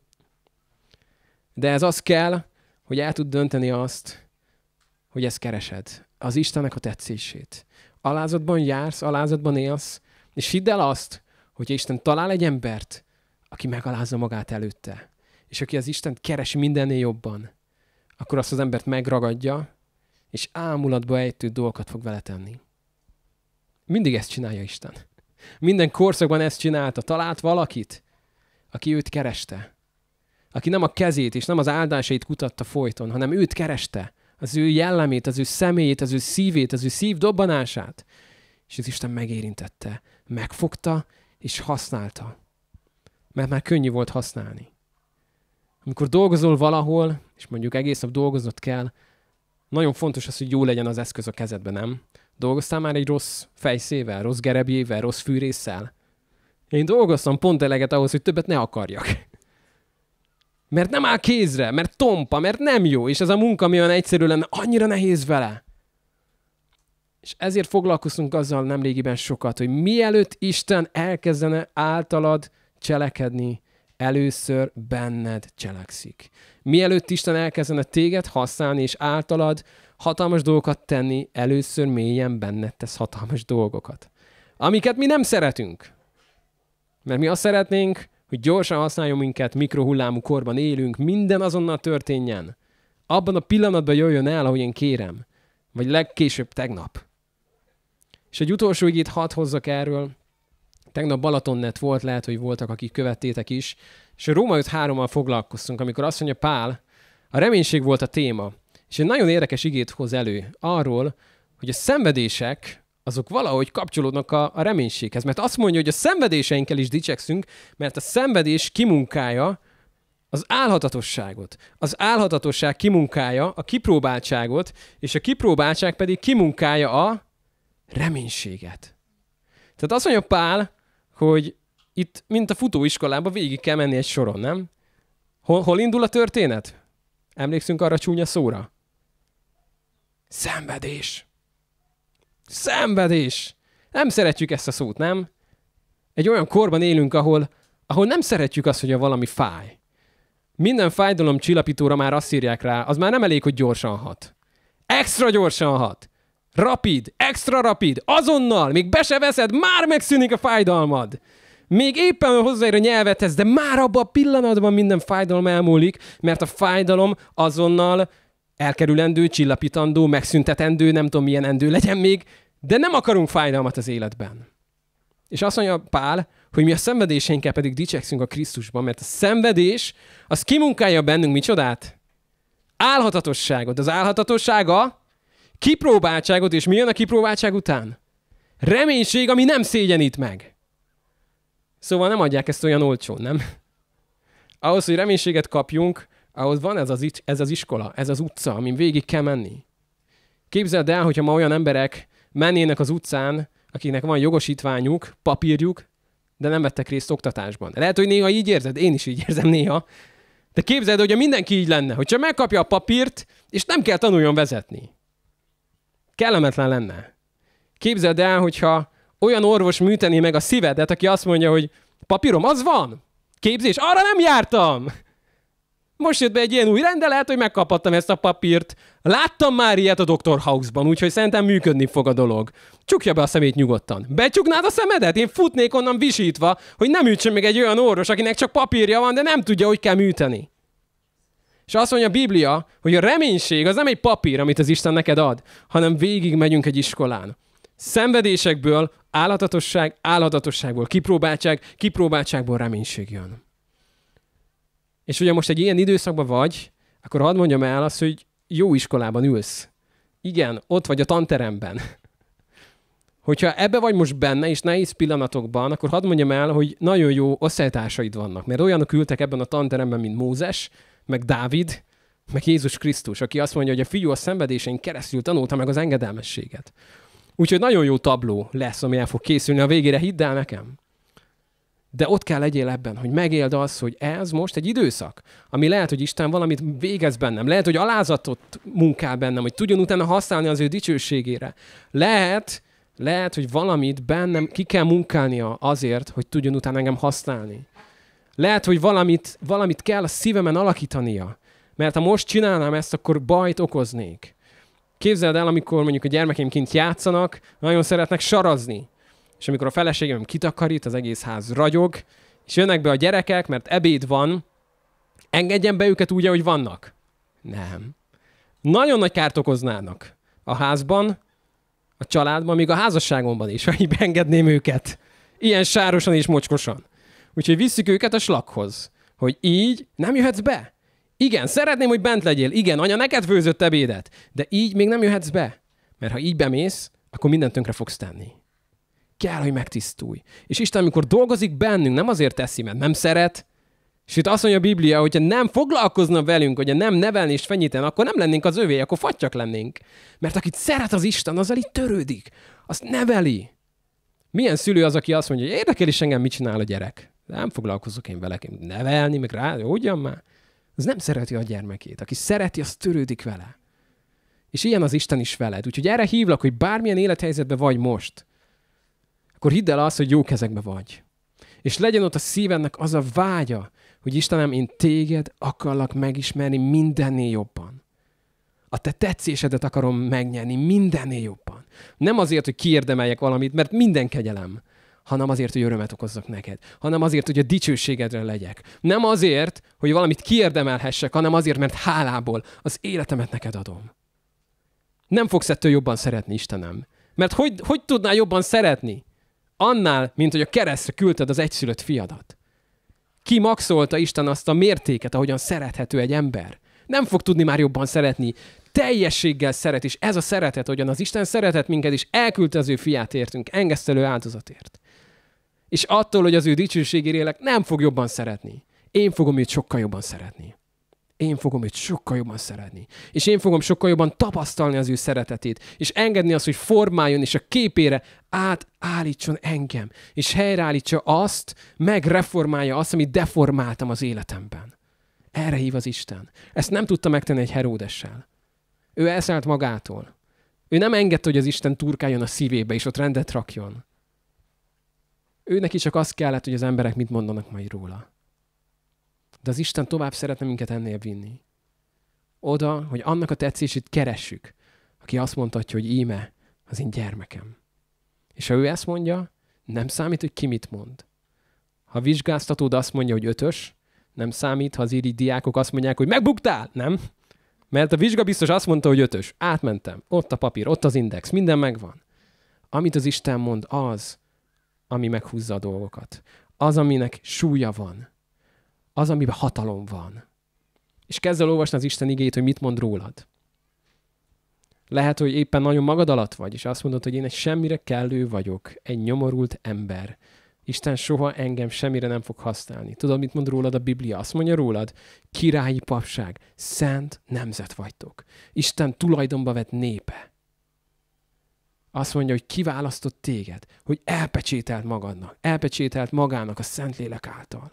De ez az kell, hogy el tud dönteni azt, hogy ezt keresed. Az Istennek a tetszését. Alázatban jársz, alázatban élsz, és hidd el azt, hogyha Isten talál egy embert, aki megalázza magát előtte, és aki az Istent keresi mindennél jobban, akkor azt az embert megragadja, és ámulatba ejtő dolgokat fog vele tenni. Mindig ezt csinálja Isten. Minden korszakban ezt csinálta. Talált valakit, aki őt kereste. Aki nem a kezét és nem az áldásait kutatta folyton, hanem őt kereste. Az ő jellemét, az ő személyét, az ő szívét, az ő szív dobbanását. És az Isten megérintette, megfogta és használta. Mert már könnyű volt használni. Amikor dolgozol valahol, és mondjuk egész nap dolgoznod kell, nagyon fontos az, hogy jó legyen az eszköz a kezedben, nem? Dolgoztál már egy rossz fejszével, rossz gerebjével, rossz fűrésszel? Én dolgoztam pont eleget ahhoz, hogy többet ne akarjak. Mert nem áll kézre, mert tompa, mert nem jó, és ez a munka, ami olyan egyszerű lenne, annyira nehéz vele. És ezért foglalkoztunk azzal nemrégiben sokat, hogy mielőtt Isten elkezdene általad cselekedni, először benned cselekszik. Mielőtt Isten elkezdene téged használni, és általad hatalmas dolgokat tenni, először mélyen benned tesz hatalmas dolgokat. Amiket mi nem szeretünk. Mert mi azt szeretnénk, hogy gyorsan használjon minket, mikrohullámú korban élünk, minden azonnal történjen. Abban a pillanatban jöjjön el, ahogy én kérem. Vagy legkésőbb tegnap. És egy utolsó igét hadd hozzak erről. Tegnap Balatonnet volt, lehet, hogy voltak, akik követtétek is. És a Róma öt hárommal foglalkoztunk, amikor azt mondja Pál, a reménység volt a téma. És egy nagyon érdekes igét hoz elő arról, hogy a szenvedések azok valahogy kapcsolódnak a, a reménységhez. Mert azt mondja, hogy a szenvedéseinkkel is dicsekszünk, mert a szenvedés kimunkálja az álhatatosságot. Az álhatatosság kimunkálja a kipróbáltságot, és a kipróbáltság pedig kimunkálja a reménységet. Tehát azt mondja Pál, hogy itt, mint a futóiskolában, végig kell menni egy soron, nem? Hol, hol indul a történet? Emlékszünk arra a csúnya szóra? Szenvedés. Szenvedés. Nem szeretjük ezt a szót, nem? Egy olyan korban élünk, ahol, ahol nem szeretjük azt, hogy a valami fáj. Minden fájdalom csillapítóra már azt írják rá, az már nem elég, hogy gyorsan hat. Extra gyorsan hat. Rapid, extra rapid, azonnal, még be se veszed, már megszűnik a fájdalmad. Még éppen hozzáér a nyelvethez, de már abban a pillanatban minden fájdalom elmúlik, mert a fájdalom azonnal elkerülendő, csillapítandó, megszüntetendő, nem tudom milyen endő legyen még, de nem akarunk fájdalmat az életben. És azt mondja Pál, hogy mi a szenvedéseinkkel pedig dicsekszünk a Krisztusban, mert a szenvedés, az kimunkálja bennünk micsodát? Álhatatosságot. Az álhatatossága, kipróbáltságot, és mi jön a kipróbáltság után? Reménység, ami nem szégyenít meg. Szóval nem adják ezt olyan olcsón, nem? Ahhoz, hogy reménységet kapjunk, ahhoz van ez az, ez az iskola, ez az utca, amin végig kell menni. Képzeld el, hogyha ma olyan emberek mennének az utcán, akiknek van jogosítványuk, papírjuk, de nem vettek részt oktatásban. Lehet, hogy néha így érzed, én is így érzem néha. De képzeld, hogy mindenki így lenne, hogy csak megkapja a papírt, és nem kell tanuljon vezetni. Kellemetlen lenne. Képzeld el, hogyha olyan orvos műtené meg a szívedet, aki azt mondja, hogy papírom, az van? Képzés? Arra nem jártam! Most jött be egy ilyen új rendelet, hogy megkaphattam ezt a papírt. Láttam már ilyet a doktor House-ban, úgyhogy szerintem működni fog a dolog. Csukja be a szemét nyugodtan. Becsuknád a szemedet? Én futnék onnan visítva, hogy nem műtsön meg egy olyan orvos, akinek csak papírja van, de nem tudja, hogy kell műteni. És azt mondja a Biblia, hogy a reménység az nem egy papír, amit az Isten neked ad, hanem végig megyünk egy iskolán. Szenvedésekből álhatatosság, álhatatosságból kipróbáltság, kipróbáltságból reménység jön. És ugye most egy ilyen időszakban vagy, akkor hadd mondjam el azt, hogy jó iskolában ülsz. Igen, ott vagy a tanteremben. Hogyha ebbe vagy most benne, és nehéz pillanatokban, akkor hadd mondjam el, hogy nagyon jó osztálytársaid vannak. Mert olyanok ültek ebben a tanteremben, mint Mózes, meg Dávid, meg Jézus Krisztus, aki azt mondja, hogy a fiú a szenvedésein keresztül tanulta meg az engedelmességet. Úgyhogy nagyon jó tabló lesz, ami el fog készülni a végére, hidd el nekem. De ott kell legyél ebben, hogy megéld azt, hogy ez most egy időszak, ami lehet, hogy Isten valamit végez bennem. Lehet, hogy alázatot munkál bennem, hogy tudjon utána használni az ő dicsőségére. Lehet, lehet, hogy valamit bennem ki kell munkálnia azért, hogy tudjon utána engem használni. Lehet, hogy valamit, valamit kell a szívemen alakítania. Mert ha most csinálnám ezt, akkor bajt okoznék. Képzeld el, amikor mondjuk a gyermekeim kint játszanak, nagyon szeretnek sarazni. És amikor a feleségem kitakarít, az egész ház ragyog, és jönnek be a gyerekek, mert ebéd van, engedjen be őket úgy, ahogy vannak? Nem. Nagyon nagy kárt okoznának a házban, a családban, még a házasságomban is, ha így beengedném őket. Ilyen sárosan és mocskosan. Úgyhogy visszük őket a slaghoz, hogy így nem jöhetsz be. Igen, szeretném, hogy bent legyél. Igen, anya neked főzött ebédet. De így még nem jöhetsz be. Mert ha így bemész, akkor mindent tönkre fogsz tenni. Kell, hogy megtisztulj. És Isten, amikor dolgozik bennünk, nem azért teszi, mert nem szeret. És itt azt mondja a Biblia, hogyha nem foglalkozna velünk, hogyha nem nevelni és fenyíten, akkor nem lennénk az övé, akkor fattyak lennénk. Mert akit szeret az Isten, azzal így törődik. Azt neveli. Milyen szülő az, aki azt mondja, hogy érdekel is engem, mit csinál a gyerek. Nem foglalkozok én vele, nevelni, meg rá, ugyan már. Az nem szereti a gyermekét. Aki szereti, az törődik vele. És ilyen az Isten is veled. Úgyhogy erre hívlak, hogy bármilyen élethelyzetben vagy most, akkor hidd el azt, hogy jó kezekbe vagy. És legyen ott a szívednek az a vágya, hogy Istenem, én téged akarlak megismerni mindennél jobban. A te tetszésedet akarom megnyerni mindennél jobban. Nem azért, hogy kiérdemeljek valamit, mert minden kegyelem, hanem azért, hogy örömet okozzak neked. Hanem azért, hogy a dicsőségedre legyek. Nem azért, hogy valamit kiérdemelhessek, hanem azért, mert hálából az életemet neked adom. Nem fogsz ettől jobban szeretni, Istenem. Mert hogy, hogy tudnál jobban szeretni? Annál, mint hogy a keresztre küldted az egyszülött fiadat. Ki maxolta Isten azt a mértéket, ahogyan szerethető egy ember. Nem fog tudni már jobban szeretni. Teljességgel szeret, és ez a szeretet, hogyan az Isten szeretett minket, és elküldte az ő fiát értünk, engesztelő áldozatért. És attól, hogy az ő dicsőségére élek, nem fog jobban szeretni. Én fogom őt sokkal jobban szeretni. Én fogom őt sokkal jobban szeretni. És én fogom sokkal jobban tapasztalni az ő szeretetét. És engedni azt, hogy formáljon, és a képére átállítson engem. És helyreállítsa azt, megreformálja azt, amit deformáltam az életemben. Erre hív az Isten. Ezt nem tudta megtenni egy Heródessel. Ő elszállt magától. Ő nem engedte, hogy az Isten turkáljon a szívébe, és ott rendet rakjon. Ő neki csak azt kellett, hogy az emberek mit mondanak majd róla. De az Isten tovább szeretne minket ennél vinni. Oda, hogy annak a tetszését keressük, aki azt mondhatja, hogy íme az én gyermekem. És ha ő ezt mondja, nem számít, hogy ki mit mond. Ha vizsgáztatód azt mondja, hogy ötös, nem számít, ha az iri diákok azt mondják, hogy megbuktál, nem? Mert a vizsgabiztos azt mondta, hogy ötös. Átmentem. Ott a papír, ott az index, minden megvan. Amit az Isten mond, az, ami meghúzza a dolgokat. Az, aminek súlya van. Az, amiben hatalom van. És kezd el olvasni az Isten igét, hogy mit mond rólad. Lehet, hogy éppen nagyon magad alatt vagy, és azt mondod, hogy én egy semmire kellő vagyok, egy nyomorult ember. Isten soha engem semmire nem fog használni. Tudod, mit mond rólad a Biblia? Azt mondja rólad, királyi papság, szent nemzet vagytok. Isten tulajdonba vett népe. Azt mondja, hogy kiválasztott téged, hogy elpecsételt magadnak, elpecsételt magának a Szentlélek által.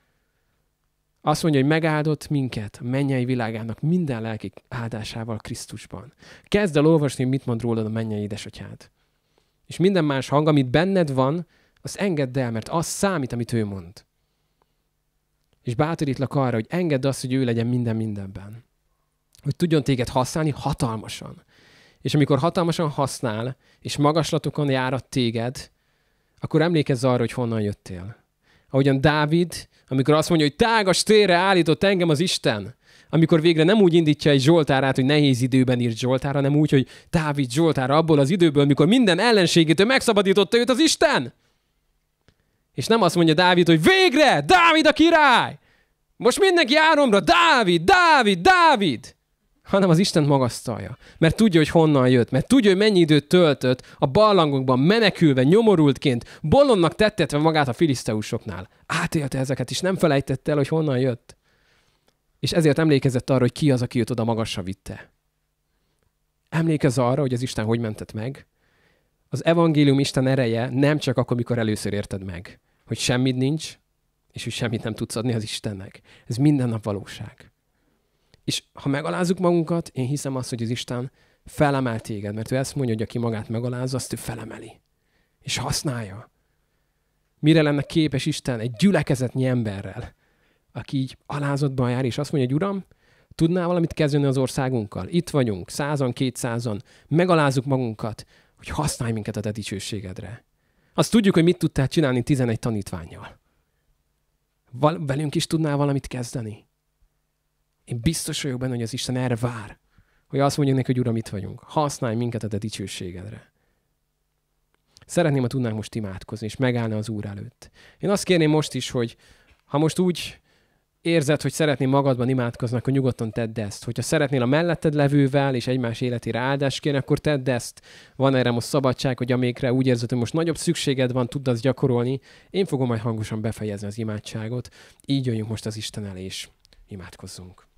Azt mondja, hogy megáldott minket a mennyei világának minden lelki áldásával Krisztusban. Kezd el olvasni, mit mond rólad a mennyei édesatyád. És minden más hang, amit benned van, azt engedd el, mert az számít, amit ő mond. És bátorítlak arra, hogy engedd azt, hogy ő legyen minden mindenben. Hogy tudjon téged használni hatalmasan. És amikor hatalmasan használ, és magaslatokon járat téged, akkor emlékezz arra, hogy honnan jöttél. Ahogyan Dávid, amikor azt mondja, hogy tágas térre állított engem az Isten, amikor végre nem úgy indítja egy zsoltárát, hogy nehéz időben írt zsoltára, hanem úgy, hogy Dávid zsoltára abból az időből, mikor minden ellenségétől megszabadította őt az Isten. És nem azt mondja Dávid, hogy végre, Dávid a király! Most mindenki áromra, Dávid, Dávid, Dávid! Hanem az Istent magasztalja. Mert tudja, hogy honnan jött, mert tudja, hogy mennyi időt töltött a barlangokban, menekülve, nyomorultként, bolondnak tettetve magát a filiszteusoknál. Átélte ezeket, és nem felejtette el, hogy honnan jött. És ezért emlékezett arra, hogy ki az, aki őt oda magasra vitte. Emlékezz arra, hogy az Isten hogy mentett meg. Az evangélium Isten ereje nem csak akkor, mikor először érted meg, hogy semmit nincs, és hogy semmit nem tudsz adni az Istennek. Ez minden nap valóság. És ha megalázzuk magunkat, én hiszem azt, hogy az Isten felemel téged, mert ő ezt mondja, hogy aki magát megalázza, azt ő felemeli. És használja. Mire lenne képes Isten egy gyülekezetnyi emberrel, aki így alázottban jár, és azt mondja, hogy Uram, tudnál valamit kezdeni az országunkkal? Itt vagyunk, százan, kétszázan, megalázzuk magunkat, hogy használj minket a te dicsőségedre. Azt tudjuk, hogy mit tudtál csinálni tizenegy tanítvánnyal. Val- velünk is tudnál valamit kezdeni? Én biztos vagyok benne, hogy az Isten erre vár, hogy azt mondja neki, hogy Uram, itt vagyunk. Használj minket a te dicsőségedre. Szeretném, ha tudnánk most imádkozni, és megállni az Úr előtt. Én azt kérném most is, hogy ha most úgy érzed, hogy szeretnél magadban imádkozni, akkor nyugodtan tedd ezt. Hogyha szeretnél a melletted levővel és egymás életére áldást kérni, akkor tedd ezt. Van erre most szabadság, hogy amikre úgy érzed, hogy most nagyobb szükséged van, tudd azt gyakorolni. Én fogom majd hangosan befejezni az imádságot. Így jöjjünk most az Isten elé, és imádkozzunk.